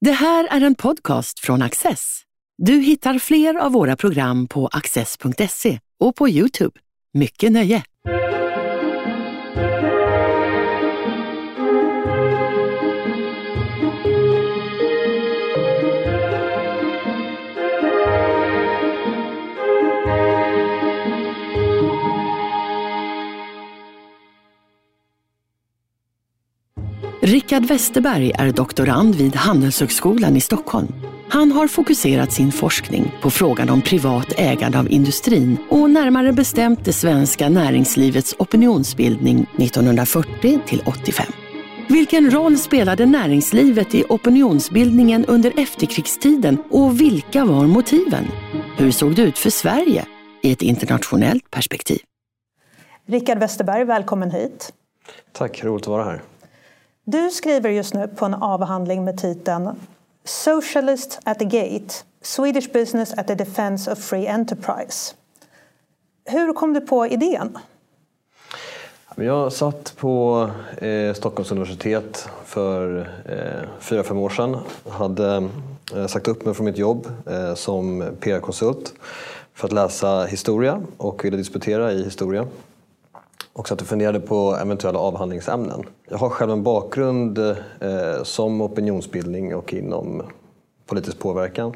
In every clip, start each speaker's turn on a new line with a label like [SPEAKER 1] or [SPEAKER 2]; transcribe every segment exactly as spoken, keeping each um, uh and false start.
[SPEAKER 1] Det här är en podcast från Access. Du hittar fler av våra program på access punkt se och på YouTube. Mycket nöje! Rickard Westerberg är doktorand vid Handelshögskolan i Stockholm. Han har fokuserat sin forskning på frågan om privat ägande av industrin och närmare bestämt det svenska näringslivets opinionsbildning nittonhundrafyrtio till åttiofem. Vilken roll spelade näringslivet i opinionsbildningen under efterkrigstiden och vilka var motiven? Hur såg det ut för Sverige i ett internationellt perspektiv?
[SPEAKER 2] Rickard Westerberg, välkommen hit.
[SPEAKER 3] Tack, roligt att vara här.
[SPEAKER 2] Du skriver just nu på en avhandling med titeln Socialist at the Gate, Swedish Business at the Defense of Free Enterprise. Hur kom du på idén?
[SPEAKER 3] Jag satt på eh, Stockholms universitet för eh, fyra, fem år sedan. Hade eh, sagt upp mig från mitt jobb eh, som P R-konsult för att läsa historia och ville disputera i historia. Och så att jag funderade på eventuella avhandlingsämnen. Jag har själv en bakgrund eh, som opinionsbildning och inom politisk påverkan.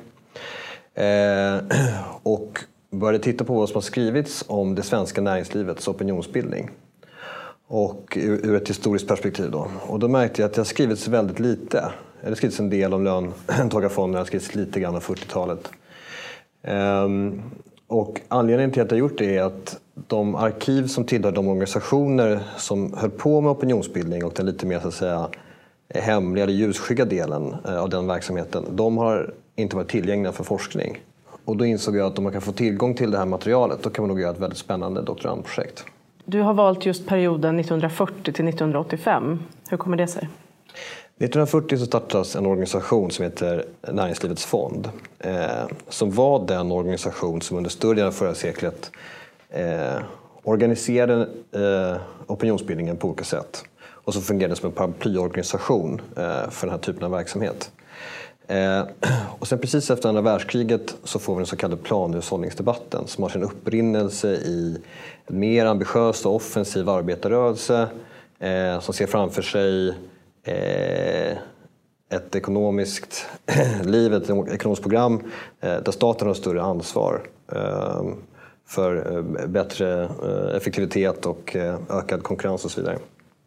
[SPEAKER 3] Eh, och började titta på vad som har skrivits om det svenska näringslivets opinionsbildning. Och ur, ur ett historiskt perspektiv då. Och då märkte jag att det har skrivits väldigt lite. Det har skrivits en del om löntagarfonderna, det har skrivits lite grann om fyrtiotalet. Eh, och anledningen till att jag har gjort det är att de arkiv som tillhör de organisationer som höll på med opinionsbildning och den lite mer så att säga hemliga eller ljusskygga delen av den verksamheten, de har inte varit tillgängliga för forskning. Och då insåg jag att om man kan få tillgång till det här materialet, då kan man nog göra ett väldigt spännande doktorandprojekt.
[SPEAKER 4] Du har valt just perioden nittonhundrafyrtio till nittonhundraåttiofem. Hur kommer det sig?
[SPEAKER 3] nittonhundrafyrtio så startades en organisation som heter Näringslivets fond. Eh, som var den organisation som under större delen av förra seklet Eh, organiserade eh, opinionsbildningen på olika sätt och så fungerade det som en paraplyorganisation eh, för den här typen av verksamhet. Eh, och sen precis efter andra världskriget så får vi den så kallade planhushållningsdebatten som har sin upprinnelse i en mer ambitiös och offensiv arbetarrörelse eh, som ser framför sig eh, ett ekonomiskt liv, ett ekonomiskt program eh, där staten har större ansvar eh, för bättre effektivitet och ökad konkurrens och så vidare.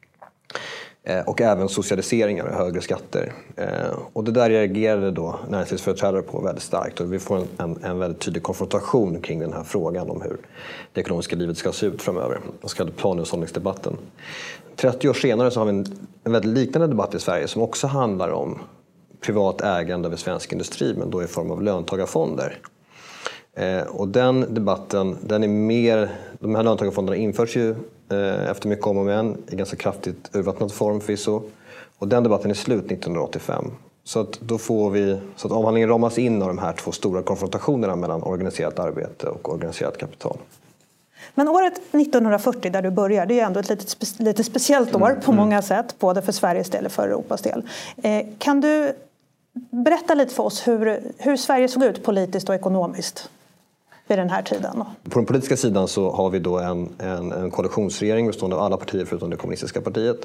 [SPEAKER 3] Och även socialiseringar och högre skatter. Och det där reagerade då näringslivsföreträdare på väldigt starkt. Och vi får en, en, en väldigt tydlig konfrontation kring den här frågan om hur det ekonomiska livet ska se ut framöver. Den så kallade planhushållningsdebatten. trettio år senare så har vi en, en väldigt liknande debatt i Sverige som också handlar om privat ägande av svensk industri, men då i form av löntagarfonder. Eh, och den debatten, den är mer, de här löntagarfonderna införs ju eh, efter mycket om och men i ganska kraftigt urvattnad form förvisso. Och den debatten är slut nittonhundraåttiofem. Så att då får vi, så att avhandlingen ramas in av de här två stora konfrontationerna mellan organiserat arbete och organiserat kapital.
[SPEAKER 2] Men året nittonhundrafyrtio där du börjar, det är ju ändå ett lite, lite speciellt år mm, på många mm. sätt, både för Sveriges del och för Europas del. Eh, kan du berätta lite för oss hur, hur Sverige såg ut politiskt och ekonomiskt vid den här tiden?
[SPEAKER 3] På den politiska sidan så har vi då en, en, en koalitionsregering bestående av alla partier förutom det kommunistiska partiet.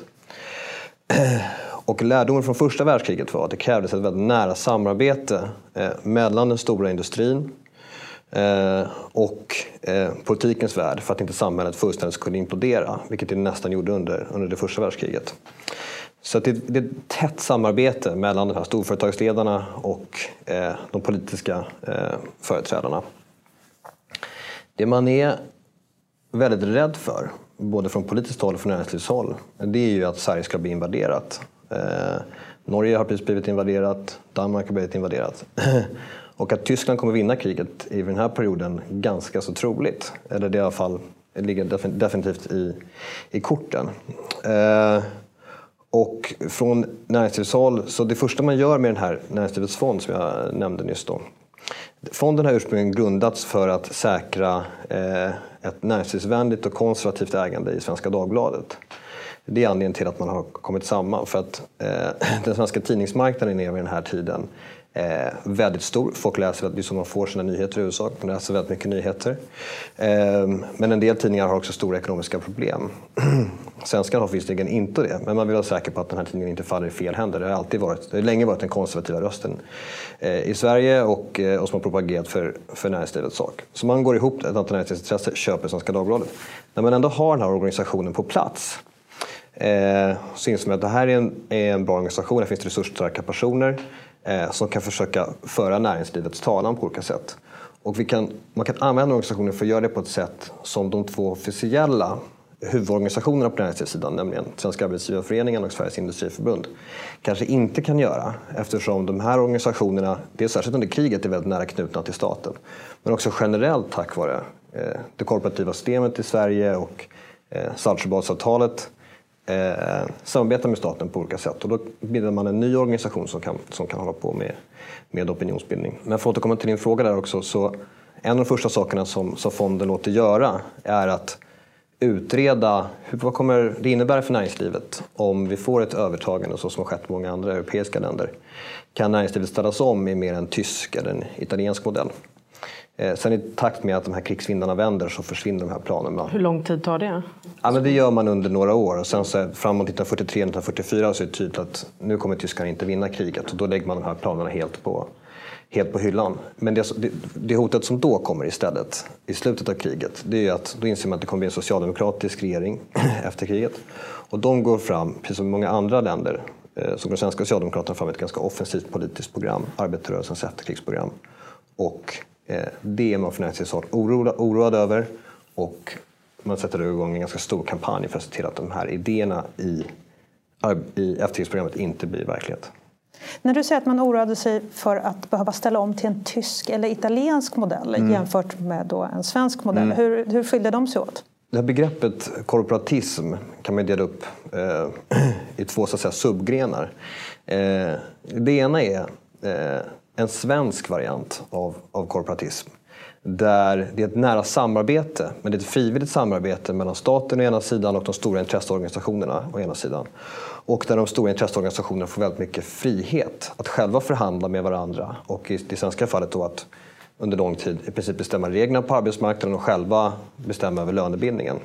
[SPEAKER 3] Och lärdomen från första världskriget var att det krävdes ett väldigt nära samarbete eh, mellan den stora industrin eh, och eh, politikens värld för att inte samhället fullständigt skulle implodera, vilket det nästan gjorde under, under det första världskriget. Så det, det är ett tätt samarbete mellan de här storföretagsledarna och eh, de politiska eh, företrädarna. Det man är väldigt rädd för, både från politiskt håll och från näringslivshåll, det är ju att Sverige ska bli invaderat. Eh, Norge har precis blivit invaderat, Danmark har blivit invaderat. Och att Tyskland kommer vinna kriget i den här perioden ganska så troligt. Eller det i alla fall ligger definitivt i, i korten. Eh, och från näringslivshåll, så det första man gör med den här näringslivets fond som jag nämnde nyss då. Fonden har ursprungligen grundats för att säkra eh, ett näringslivsvänligt och konservativt ägande i Svenska Dagbladet. Det är anledningen till att man har kommit samman. För att eh, den svenska tidningsmarknaden är vid den här tiden eh, väldigt stor. Folk läser, det är som man får sina nyheter i huvudsak. Man läser väldigt mycket nyheter. Eh, men en del tidningar har också stora ekonomiska problem. Svenskarna har visserligen inte det, men man vill vara säker på att den här tidningen inte faller i fel händer. Det har alltid varit, det har länge varit den konservativa rösten eh, i Sverige och, eh, och som har propagerat för, för näringslivets sak. Så man går ihop ett antal näringslivsintresse, köper Svenska Dagbladet. När man ändå har den här organisationen på plats eh, så inser man att det här är en, är en bra organisation. Det finns resursstarka personer eh, som kan försöka föra näringslivets talan på olika sätt. Och vi kan, man kan använda organisationen för att göra det på ett sätt som de två officiella huvudorganisationerna på näringslivssidan, nämligen Svenska Arbetsgivareföreningen och Sveriges Industriförbund, kanske inte kan göra, eftersom de här organisationerna, det är särskilt under kriget, är väldigt nära knutna till staten. Men också generellt tack vare eh, det korporativa systemet i Sverige och eh, Saltsjöbadsavtalet eh, samarbetar med staten på olika sätt. Och då bildar man en ny organisation som kan, som kan hålla på med, med opinionsbildning. Men för att återkomma till din fråga där också, så en av de första sakerna som, som fonden låter göra är att utreda hur, vad kommer det innebära för näringslivet om vi får ett övertagande så som har skett i många andra europeiska länder. Kan näringslivet ställas om i mer en tysk eller en italiensk modell? Eh, sen i takt med att de här krigsvindarna vänder så försvinner de här planerna.
[SPEAKER 4] Hur lång tid tar det?
[SPEAKER 3] Ja, men det gör man under några år. Och sen så framåt nittonhundrafyrtiotre nittonhundrafyrtiofyra så är det tydligt att nu kommer tyskarna inte vinna kriget. Och då lägger man de här planerna helt på, helt på hyllan. Men det, det, det hotet som då kommer istället i slutet av kriget, det är att då inser man att det kommer bli en socialdemokratisk regering efter kriget. Och de går fram, precis som många andra länder, eh, så går de svenska socialdemokraterna fram ett ganska offensivt politiskt program, arbetarrörelsens efterkrigsprogram. Och eh, det är man för näringslivets oroad, oroad över, och man sätter igång en ganska stor kampanj för att se till att de här idéerna i, i efterkrigsprogrammet inte blir verklighet.
[SPEAKER 2] När du säger att man oroade sig för att behöva ställa om till en tysk eller italiensk modell mm. jämfört med då en svensk modell, mm. hur, hur skiljer de sig åt?
[SPEAKER 3] Det här begreppet korporatism kan man dela upp eh, i två så att säga, subgrenar. Eh, det ena är eh, en svensk variant av, av korporatism. Där det är ett nära samarbete, men det är ett frivilligt samarbete mellan staten å ena sidan och de stora intresseorganisationerna å ena sidan. Och där de stora intresseorganisationerna får väldigt mycket frihet att själva förhandla med varandra. Och i det svenska fallet då att under lång tid i princip bestämma reglerna på arbetsmarknaden och själva bestämma över lönebildningen.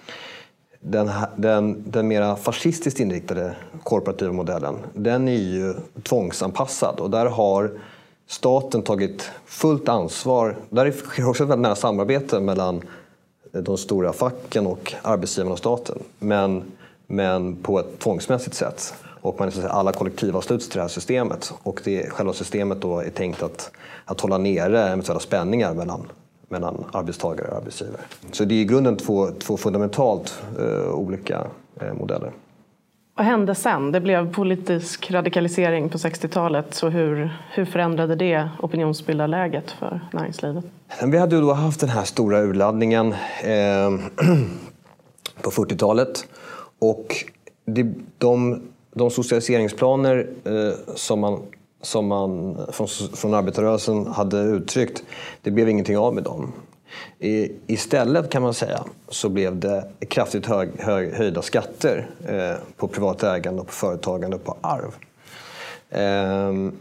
[SPEAKER 3] Den, här, den, den mera fascistiskt inriktade korporativa modellen, den är ju tvångsanpassad, och där har staten tagit fullt ansvar. Där sker också ett väldigt nära samarbete mellan de stora facken och arbetsgivarna och staten. Men, men på ett tvångsmässigt sätt. Och man är så att säga, alla kollektivavsluts till det här systemet. Och det, själva systemet då är tänkt att, att hålla nere eventuella spänningar mellan, mellan arbetstagare och arbetsgivare. Så det är i grunden två, två fundamentalt uh, olika uh, modeller.
[SPEAKER 4] Vad hände sen? Det blev politisk radikalisering på sextiotalet. Så hur, hur förändrade det opinionsbildarläget för näringslivet?
[SPEAKER 3] Vi hade ju då haft den här stora urladdningen eh, på fyrtiotalet. Och det, de, de socialiseringsplaner eh, som man, som man från, från arbetarrörelsen hade uttryckt, det blev ingenting av med dem. I, istället kan man säga så blev det kraftigt hög, hög, höjda skatter eh, på privat ägande och på företagande och på arv. Eh,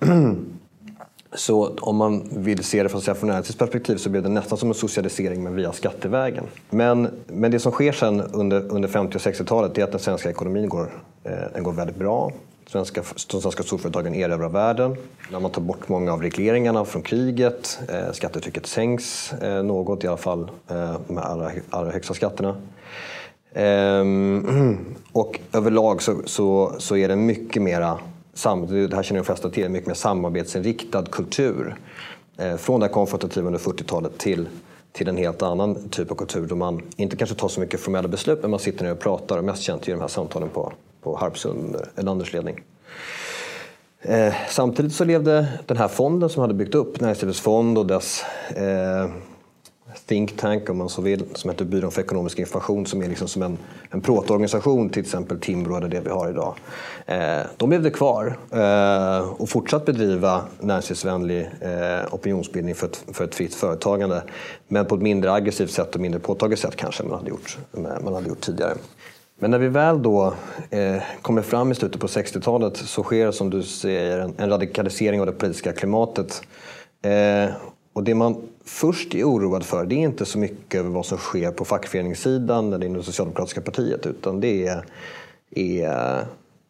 [SPEAKER 3] så om man vill se det från, från näringslivets perspektiv så blev det nästan som en socialisering men via skattevägen. Men, men det som sker sen under, under femtio- och sextiotalet är att den svenska ekonomin går, eh, den går väldigt bra. Svenska, de svenska storföretagen erövrar världen. När man tar bort många av regleringarna från kriget, eh, skattetrycket sänks eh, något, i alla fall eh, de här allra, allra högsta skatterna. Eh, och överlag så, så, så är det mycket mera, det här känner de flesta till, mycket mer samarbetsinriktad kultur. Eh, från det konfrontativa under fyrtiotalet till, till en helt annan typ av kultur då man inte kanske tar så mycket formella beslut, men man sitter ner och pratar, och mest känt är de här samtalen på på Harpsund, Erlanders ledning. Eh, samtidigt så levde den här fonden som hade byggt upp, Näringslivets fond och dess eh, think tank om man så vill, som heter Byrån för ekonomisk information, som är liksom som en, en protoorganisation till exempel Timbro eller det vi har idag. Eh, de levde kvar eh, och fortsatt bedriva näringslivsvänlig eh, opinionsbildning för ett, för ett fritt företagande, men på ett mindre aggressivt sätt och mindre påtagligt sätt kanske man hade gjort, man hade gjort tidigare. Men när vi väl då eh, kommer fram i slutet på sextiotalet så sker, som du säger, en, en radikalisering av det politiska klimatet. Eh, och det man först är oroad för, det är inte så mycket över vad som sker på fackföreningssidan eller inom det socialdemokratiska partiet, utan det är, är,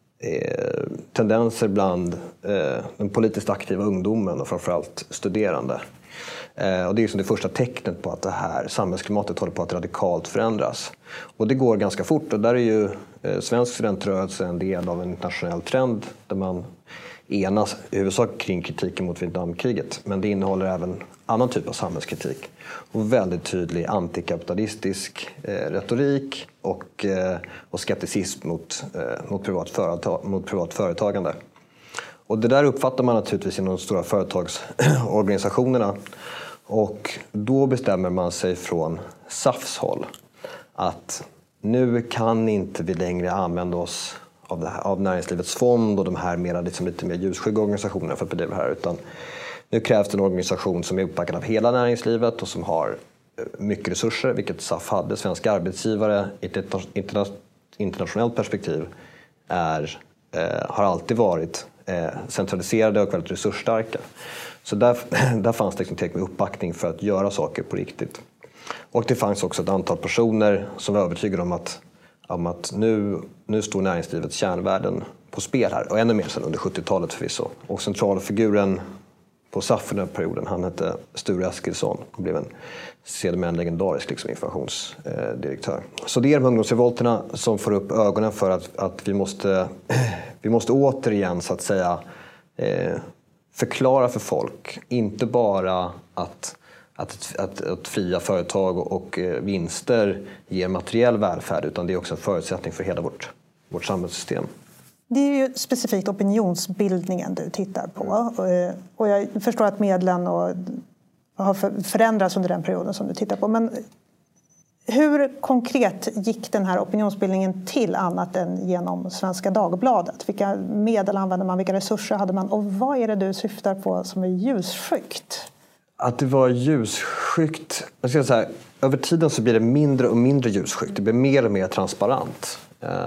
[SPEAKER 3] är tendenser bland eh, den politiskt aktiva ungdomen och framförallt studerande. Eh, och det är som det första tecknet på att det här samhällsklimatet håller på att radikalt förändras. Och det går ganska fort, och där är ju eh, svensk studentrörelse en del av en internationell trend där man enas i huvudsak kring kritiken mot Vietnamkriget, men det innehåller även annan typ av samhällskritik och väldigt tydlig antikapitalistisk eh, retorik och, eh, och skepticism mot, eh, mot, privat företag, mot privat företagande. Och det där uppfattar man naturligtvis inom de stora företagsorganisationerna, och då bestämmer man sig från S A Fs håll att nu kan inte vi längre använda oss av, det här, av Näringslivets fond och de här mera, liksom lite mer ljusskygga organisationerna för att bedriva det här, utan nu krävs det en organisation som är uppbackad av hela näringslivet och som har mycket resurser, vilket S A F hade. Svenska arbetsgivare i ett internationellt perspektiv är, eh, har alltid varit eh, centraliserade och väldigt resursstarka. Så där, där fanns det liksom tillräckligt med uppbackning för att göra saker på riktigt. Och det fanns också ett antal personer som var övertygade om att, om att nu, nu står näringslivets kärnvärden på spel här. Och ännu mer sedan under sjuttiotalet förvisso. Och centralfiguren på S A F i den här perioden, han hette Sture Eskilsson och blev en sedermera en legendarisk liksom, informationsdirektör. Så det är de ungdomsrevolterna som får upp ögonen för att, att vi, måste, vi måste återigen så att säga eh, förklara för folk, inte bara att, att, att, att fria företag och, och vinster ger materiell välfärd, utan det är också en förutsättning för hela vårt, vårt samhällssystem.
[SPEAKER 2] Det är ju specifikt opinionsbildningen du tittar på, och jag förstår att medlen och har förändrats under den perioden som du tittar på. Men hur konkret gick den här opinionsbildningen till annat än genom Svenska Dagbladet? Vilka medel använde man, vilka resurser hade man, och vad är det du syftar på som är ljusskyggt? Att
[SPEAKER 3] det var ljusskyggt, jag ska säga, över tiden så blir det mindre och mindre ljusskyggt. Det blir mer och mer transparent.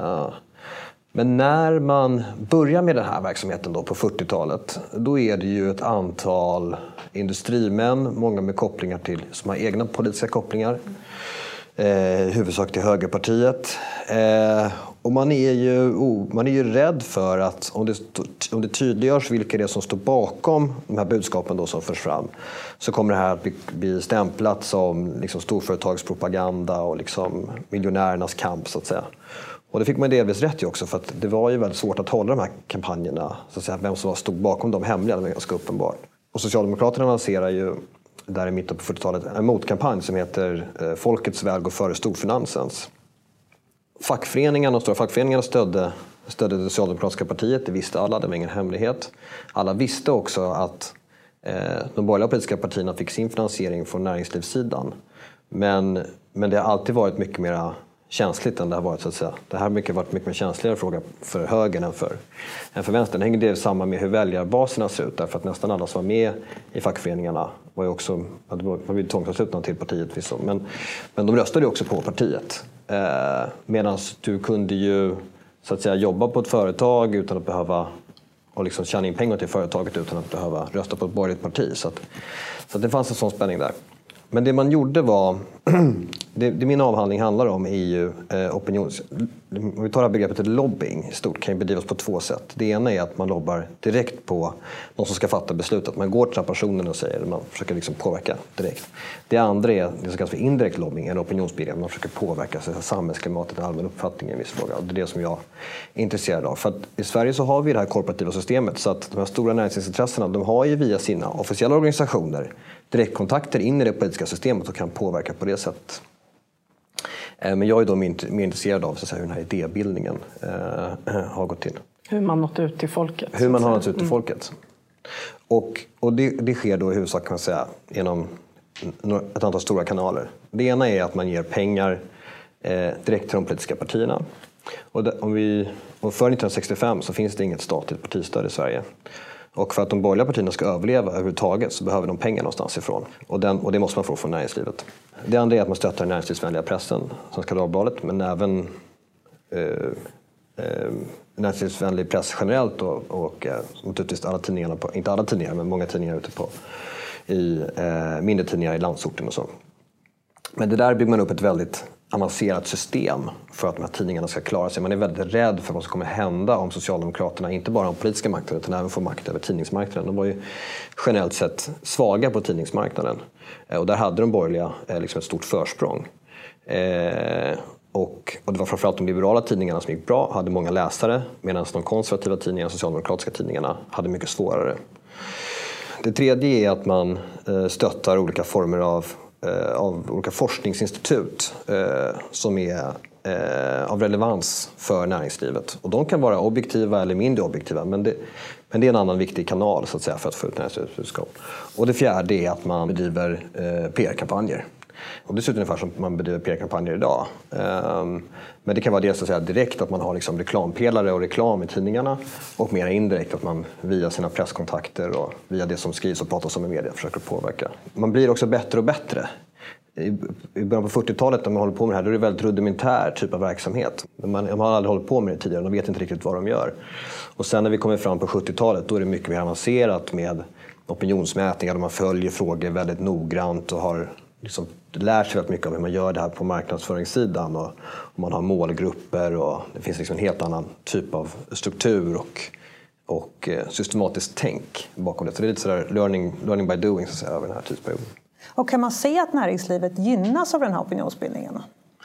[SPEAKER 3] Men när man börjar med den här verksamheten då på fyrtiotalet, då är det ju ett antal industrimän, många med kopplingar till, som har egna politiska kopplingar, eh, huvudsak till högerpartiet. Eh, och man är, ju, oh, man är ju rädd för att om det, om det tydliggörs vilka det är som står bakom de här budskapen då som förs fram, så kommer det här att bli, bli stämplat som liksom storföretagspropaganda och liksom miljonärernas kamp så att säga. Och det fick man delvis rätt i också, för att det var ju väldigt svårt att hålla de här kampanjerna, så att säga, vem som stod bakom de hemliga, det var ganska uppenbart. Och Socialdemokraterna lanserar ju där i mitten på fyrtiotalet en motkampanj som heter Folkets väl går före storfinansens. Fackföreningarna och stora fackföreningarna stödde, stödde det socialdemokratiska partiet, det visste alla, det var ingen hemlighet. Alla visste också att eh, de borgerliga politiska partierna fick sin finansiering från näringslivssidan. Men, men det har alltid varit mycket mer känsligt än det har varit, så att säga. Det här har mycket, varit mycket mer känsligare fråga för högern än för, än för vänstern. Det hänger det samman med hur väljarbaserna ser ut, därför att nästan alla som var med i fackföreningarna var ju också, var blivit tvångsanslutna till partiet. Men, men de röstade ju också på partiet. Eh, Medan du kunde ju så att säga jobba på ett företag utan att behöva och liksom tjäna in pengar till företaget utan att behöva rösta på ett borgerligt parti. Så, att, så att det fanns en sån spänning där. Men det man gjorde var, det, det min avhandling handlar om är ju eh, opinions... Om vi tar det här begreppet lobbying stort kan ju bedrivas på två sätt. Det ena är att man lobbar direkt på någon som ska fatta beslutet. Man går till den personen och säger, man försöker liksom påverka direkt. Det andra är det som kallas för indirekt lobbying, eller opinionsbildning. Man försöker påverka så här, samhällsklimatet, en allmän uppfattning i en viss fråga. Och det är det som jag är intresserad av. För att i Sverige så har vi det här korporativa systemet, så att de här stora näringslivsintressena, de har ju via sina officiella organisationer direktkontakter in i det politiska systemet och kan påverka på det sättet. Men jag är då mer intresserad av så att säga, hur den här idébildningen eh, har gått till.
[SPEAKER 4] Hur man nått ut till folket.
[SPEAKER 3] Hur man har nått ut till folket. Och, och det, det sker då i huvudsak kan man säga, genom ett antal stora kanaler. Det ena är att man ger pengar eh, direkt till de politiska partierna. Och, det, om vi, och för nittonhundrasextiofem så finns det inget statligt partistöd i Sverige. Och för att de borgerliga partierna ska överleva överhuvudtaget så behöver de pengar någonstans ifrån. Och, den, och det måste man få från näringslivet. Det andra är att man stöttar den näringslivsvänliga pressen, Svenska Dagbladet, men även eh, eh, näringslivsvänlig press generellt och, och eh, naturligtvis alla tidningarna, på, inte alla tidningar men många tidningar ute på i eh, mindre tidningar i landsorten och så. Men det där bygger man upp ett väldigt avancerat system för att de här tidningarna ska klara sig. Man är väldigt rädd för vad som kommer hända om Socialdemokraterna inte bara har politiska makten utan även får makt över tidningsmarknaden. De var ju generellt sett svaga på tidningsmarknaden och där hade de borgerliga liksom ett stort försprång. Eh, och, och det var framförallt de liberala tidningarna som gick bra, hade många läsare, medan de konservativa tidningarna, socialdemokratiska tidningarna, hade mycket svårare. Det tredje är att man eh, stöttar olika former av av olika forskningsinstitut eh, som är eh, av relevans för näringslivet. Och de kan vara objektiva eller mindre objektiva, men det, men det är en annan viktig kanal så att säga, för att få ut näringslivsbudskap. Och det fjärde är att man bedriver eh, P R-kampanjer. Och det ser ut ungefär som man bedriver P R-kampanjer idag. Um, men det kan vara dels så att säga direkt att man har liksom reklampelare och reklam i tidningarna och mer indirekt att man via sina presskontakter och via det som skrivs och pratas om i media försöker påverka. Man blir också bättre och bättre. I början på fyrtiotalet när man håller på med det här, då är det väldigt rudimentär typ av verksamhet. Man, man har aldrig hållit på med det tidigare, de vet inte riktigt vad de gör. Och sen när vi kommer fram på sjuttiotalet, då är det mycket mer avancerat med opinionsmätningar där man följer frågor väldigt noggrant och har liksom lär sig väldigt mycket om hur man gör det här på marknadsföringssidan och, och man har målgrupper och det finns liksom en helt annan typ av struktur och, och eh, systematiskt tänk bakom det. Så det är lite sådär learning, learning by doing så att säga, över den här tidsperioden. Och
[SPEAKER 2] kan man se att näringslivet gynnas av den här opinionsbildningen?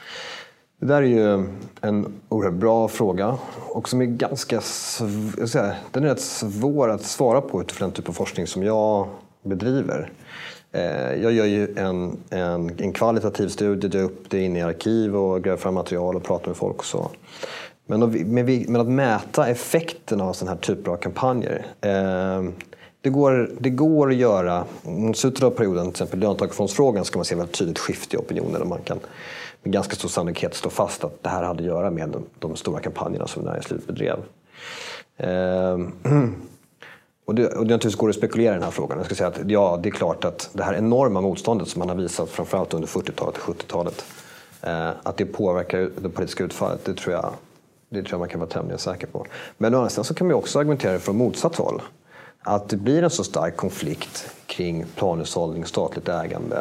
[SPEAKER 3] Det där är ju en oerhört bra fråga och som är ganska sv- jag säga, den är rätt svår att svara på utifrån den typ av forskning som jag bedriver. Jag gör ju en, en, en kvalitativ studie, drar upp det in i arkiv och gräver fram material och pratar med folk och så. Men, då, men, vi, men att mäta effekten av sådana här typer av kampanjer, eh, det, går, det går att göra. I slutet av perioden, till exempel löntagarfondsfrågan, ska man se väldigt tydligt skift i opinionen och man kan med ganska stor sannolikhet slå fast att det här hade att göra med de, de stora kampanjerna som näringslivet bedrev. Eh, Och det, och det naturligtvis går att spekulera i den här frågan. Jag ska säga att ja, det är klart att det här enorma motståndet som man har visat framförallt under fyrtiotalet och sjuttiotalet, eh, att det påverkar det politiska utfallet, det tror jag, det tror jag man kan vara tämligen säker på. Men å andra sidan så kan man också argumentera från motsatt håll. Att det blir en så stark konflikt kring planhushållning, statligt ägande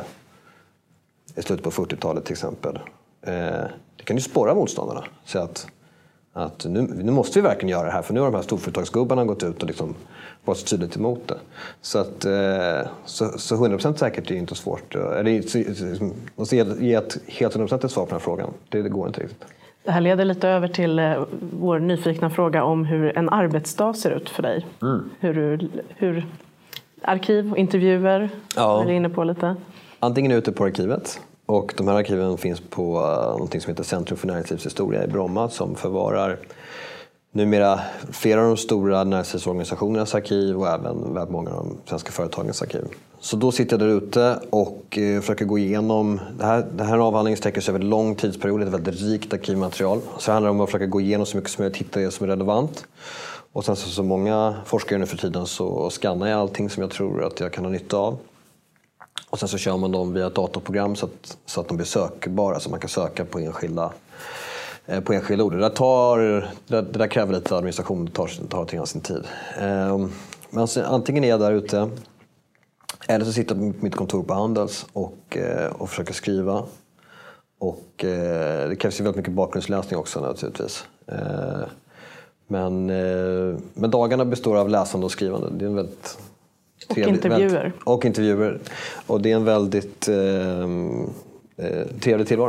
[SPEAKER 3] i slutet på fyrtiotalet till exempel. Eh, det kan ju spåra motståndarna. Så att Att nu, nu måste vi verkligen göra det här för nu har de här storföretagsgubbarna gått ut och liksom varit så tydligt emot det. Så, att, så, så hundra procent säkert är inte svårt. Eller att ge ett helt hundra procent svar på den här frågan, det, det går inte riktigt.
[SPEAKER 4] Det här leder lite över till vår nyfikna fråga om hur en arbetsdag ser ut för dig. Mm. Hur, hur arkiv och intervjuer, ja. Är du inne på lite?
[SPEAKER 3] Antingen ute på arkivet. Och de här arkiven finns på uh, någonting som heter Centrum för näringslivshistoria i Bromma som förvarar numera flera av de stora näringslivsorganisationernas arkiv och även väldigt många av de svenska företagens arkiv. Så då sitter jag där ute och uh, försöker gå igenom, det här, det här avhandlingen sträcker sig över en lång tidsperiod, ett väldigt rikt arkivmaterial. Så det handlar om att försöka gå igenom så mycket som möjligt, hitta det som är relevant. Och sen så, så många forskare nu för tiden så skannar jag allting som jag tror att jag kan ha nytta av. Och sen så kör man dem via ett datorprogram så att, så att de blir sökbara så man kan söka på enskilda, eh, på enskilda ord. Det där, tar, det, det där kräver lite administration och tar, tar till sin tid. Eh, men alltså, antingen är jag där ute eller så sitter jag på mitt kontor på Handels och, eh, och försöker skriva. Och eh, det krävs ju väldigt mycket bakgrundsläsning också naturligtvis. Eh, men, eh, men dagarna består av läsande och skrivande. Det är en väldigt...
[SPEAKER 4] Och intervjuer.
[SPEAKER 3] Väldigt, och intervjuer. Och det är en väldigt eh, eh, trevlig tillvaro.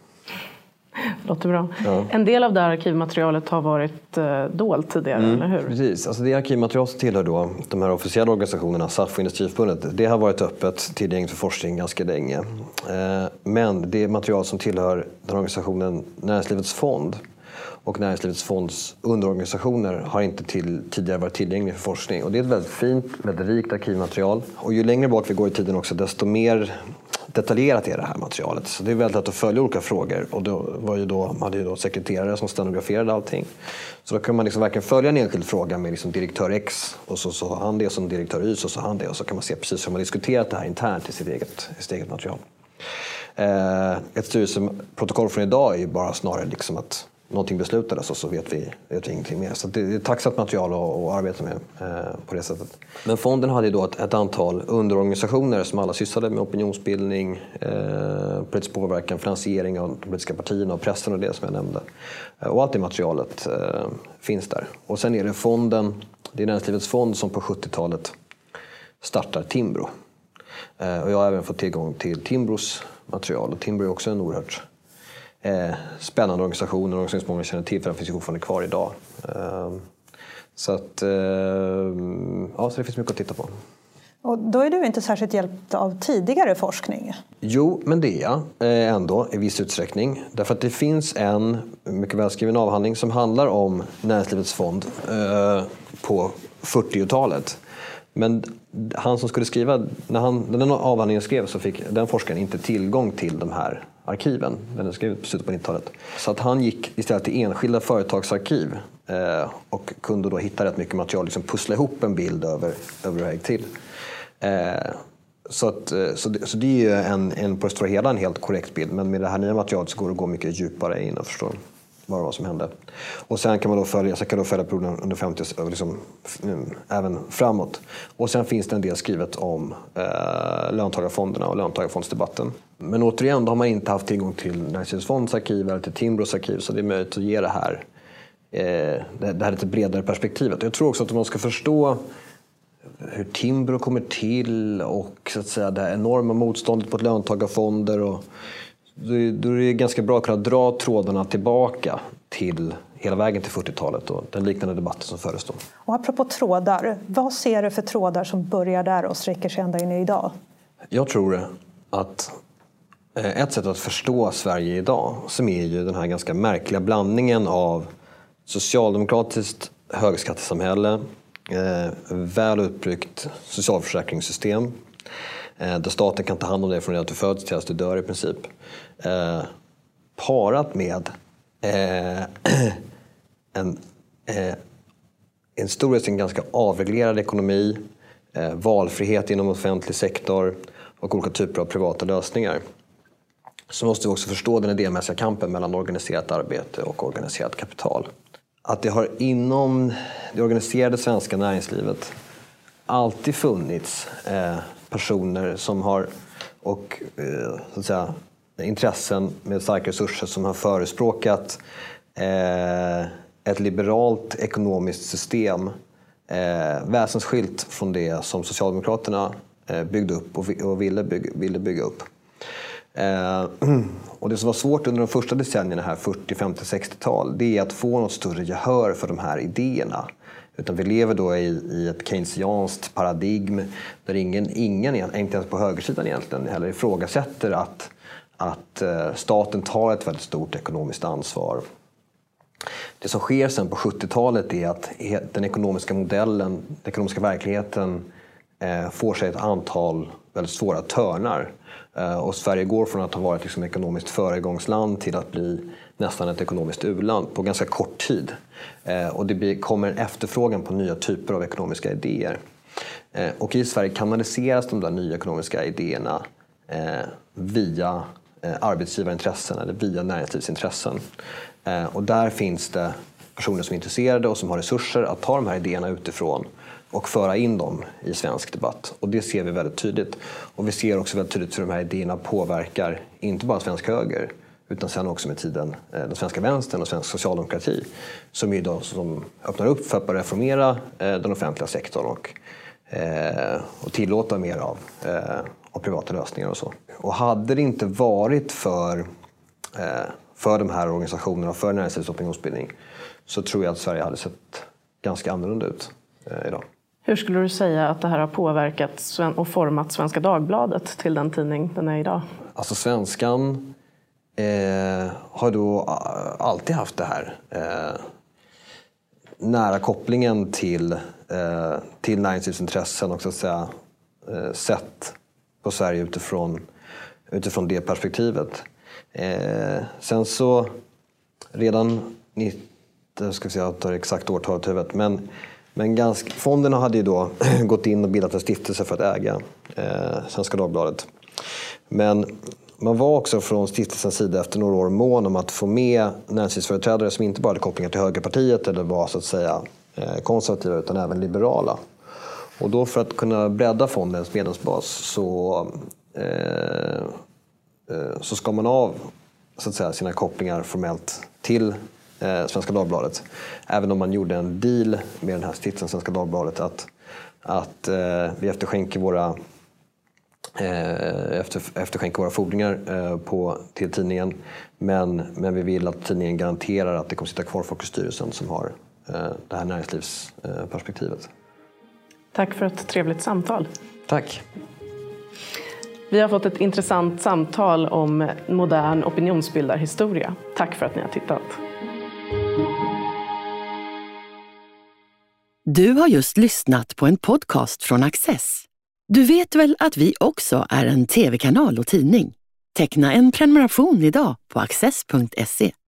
[SPEAKER 4] Låter bra. Ja. En del av det här arkivmaterialet har varit eh, dolt tidigare, mm, eller hur?
[SPEAKER 3] Precis. Alltså det arkivmaterial som tillhör då, de här officiella organisationerna, S A F och Industriförbundet, det har varit öppet tillgängligt för forskning ganska länge. Eh, men det material som tillhör den organisationen Näringslivets fond och Näringslivets fonds underorganisationer har inte till, tidigare varit tillgängliga för forskning. Och det är ett väldigt fint, väldigt rikt arkivmaterial. Och ju längre bak vi går i tiden också, desto mer detaljerat är det här materialet. Så det är väldigt lätt att följa olika frågor. Och då var ju då, man hade ju då sekreterare som stenograferade allting. Så då kan man liksom verkligen följa en enskild fråga med liksom direktör X. Och så, så har han det som direktör Y, så, så har han det. Och så kan man se precis hur man diskuterat det här internt i sitt eget, i sitt eget material. Eh, ett styrelseprotokoll från idag är ju bara snarare liksom att någonting beslutades och så vet vi, vet vi ingenting mer. Så det är tacksamt material att, att arbeta med eh, på det sättet. Men fonden hade då ett, ett antal underorganisationer som alla sysslade med opinionsbildning, eh, politisk påverkan, finansiering av de politiska partierna och pressen och det som jag nämnde. Eh, och allt det materialet eh, finns där. Och sen är det fonden, det är Näringslivets fond som på sjuttiotalet startar Timbro. Eh, och jag har även fått tillgång till Timbros material, och Timbro är också en oerhört Eh, spännande organisation, en organisation som många känner till för den finns ju fortfarande kvar idag. Eh, så, att, eh, ja, så det finns mycket att titta på.
[SPEAKER 2] Och då är du inte särskilt hjälpt av tidigare forskning?
[SPEAKER 3] Jo, men det är jag eh, ändå i viss utsträckning. Därför att det finns en mycket välskriven avhandling som handlar om Näringslivets fond eh, på fyrtiotalet. Men han som skulle skriva, när, han, när den avhandlingen skrevs så fick den forskaren inte tillgång till de här arkiven. Den är skriven på slutet på nittiotalet. Så att han gick istället till enskilda företagsarkiv eh, och kunde då hitta rätt mycket material, liksom pussla ihop en bild över, över hur det gick till. Eh, så, att, så, det, så det är ju en, en på det stora hela en helt korrekt bild, men med det här nya materialet så går det att gå mycket djupare in och förstå vad det var som hände. Och sen kan man då följa, så kan då följa perioden under femtio, liksom, även framåt. Och sen finns det en del skrivet om eh, löntagarfonderna och löntagarfondsdebatten. Men återigen, då har man inte haft tillgång till Näringslivets fonds arkiv eller till Timbros arkiv, så det är möjligt att ge det här, eh, det här lite bredare perspektivet. Jag tror också att om man ska förstå hur Timbro kommer till och så att säga, det enorma motståndet mot löntagarfonder, och då är det ganska bra att kunna dra trådarna tillbaka till hela vägen till fyrtiotalet och den liknande debatten som förestår.
[SPEAKER 2] Och apropå trådar, vad ser du för trådar som börjar där och sträcker sig ända in i idag?
[SPEAKER 3] Jag tror att ett sätt att förstå Sverige idag, som är ju den här ganska märkliga blandningen av socialdemokratiskt högskattesamhälle, eh, väl utbyggt socialförsäkringssystem, där staten kan ta hand om dig från det att du föds till att du dör i princip. Eh, parat med eh, en, eh, en stor, en ganska avreglerad ekonomi, eh, valfrihet inom offentlig sektor och olika typer av privata lösningar. Så måste vi också förstå den idémässiga kampen mellan organiserat arbete och organiserat kapital. Att det har inom det organiserade svenska näringslivet alltid funnits eh, personer som har och eh, så att säga, intressen med starka resurser som har förespråkat eh, ett liberalt ekonomiskt system eh, väsensskilt från det som Socialdemokraterna eh, byggde upp och, och ville, bygga, ville bygga upp. Eh, och det som var svårt under de första decennierna här, fyrtio, femtio, sextiotal, det är att få något större gehör för de här idéerna. Utan vi lever då i, i ett keynesianskt paradigm där ingen, ingen inte ens på högersidan egentligen heller ifrågasätter att, att staten tar ett väldigt stort ekonomiskt ansvar. Det som sker sen på sjuttiotalet är att den ekonomiska modellen, den ekonomiska verkligheten eh, får sig ett antal väldigt svåra törnar. Eh, och Sverige går från att ha varit liksom ekonomiskt föregångsland till att bli nästan ett ekonomiskt u-land på ganska kort tid. Eh, och det blir, kommer en efterfrågan på nya typer av ekonomiska idéer. Eh, och i Sverige kanaliseras de där nya ekonomiska idéerna eh, via eh, arbetsgivarintressen eller via näringslivsintressen. Eh, och där finns det personer som är intresserade och som har resurser att ta de här idéerna utifrån och föra in dem i svensk debatt. Och det ser vi väldigt tydligt. Och vi ser också väldigt tydligt hur de här idéerna påverkar inte bara svensk höger utan sen också med tiden den svenska vänstern och svensk socialdemokrati som idag som öppnar upp för att reformera den offentliga sektorn och, och tillåta mer av, av privata lösningar och så. Och hade det inte varit för, för de här organisationerna och för näringslivets opinionsbildning så tror jag att Sverige hade sett ganska annorlunda ut idag.
[SPEAKER 4] Hur skulle du säga att det här har påverkat och format Svenska Dagbladet till den tidning den är idag? Alltså
[SPEAKER 3] Svenskan eh, har då alltid haft det här eh, nära kopplingen till, eh, till näringslivsintressen och så att säga eh, sett på Sverige utifrån, utifrån det perspektivet. Eh, sen så redan nittio, ska vi säga, jag tar exakt årtalet i huvudet, men Men ganska, fonderna hade ju då gått in och bildat en stiftelse för att äga eh, Svenska Dagbladet. Men man var också från stiftelsens sida efter några år mån om att få med näringslivsföreträdare som inte bara hade kopplingar till högerpartiet eller var så att säga konservativa utan även liberala. Och då för att kunna bredda fondens medlemsbas så, eh, så ska man av så att säga, sina kopplingar formellt till eh, Svenska Dagbladet. Även om man gjorde en deal med den här stiftelsen Svenska Dagbladet att, att eh, vi efterskänker våra Efter, efterskänka våra fordringar eh, på, till tidningen. Men, men vi vill att tidningen garanterar att det kommer sitta kvar folk i styrelsen som har eh, det här näringslivsperspektivet. Eh,
[SPEAKER 4] Tack för ett trevligt samtal.
[SPEAKER 3] Tack.
[SPEAKER 4] Vi har fått ett intressant samtal om modern opinionsbildarhistoria. Tack för att ni har tittat.
[SPEAKER 1] Du har just lyssnat på en podcast från Access. Du vet väl att vi också är en tv-kanal och tidning? Teckna en prenumeration idag på access punkt se.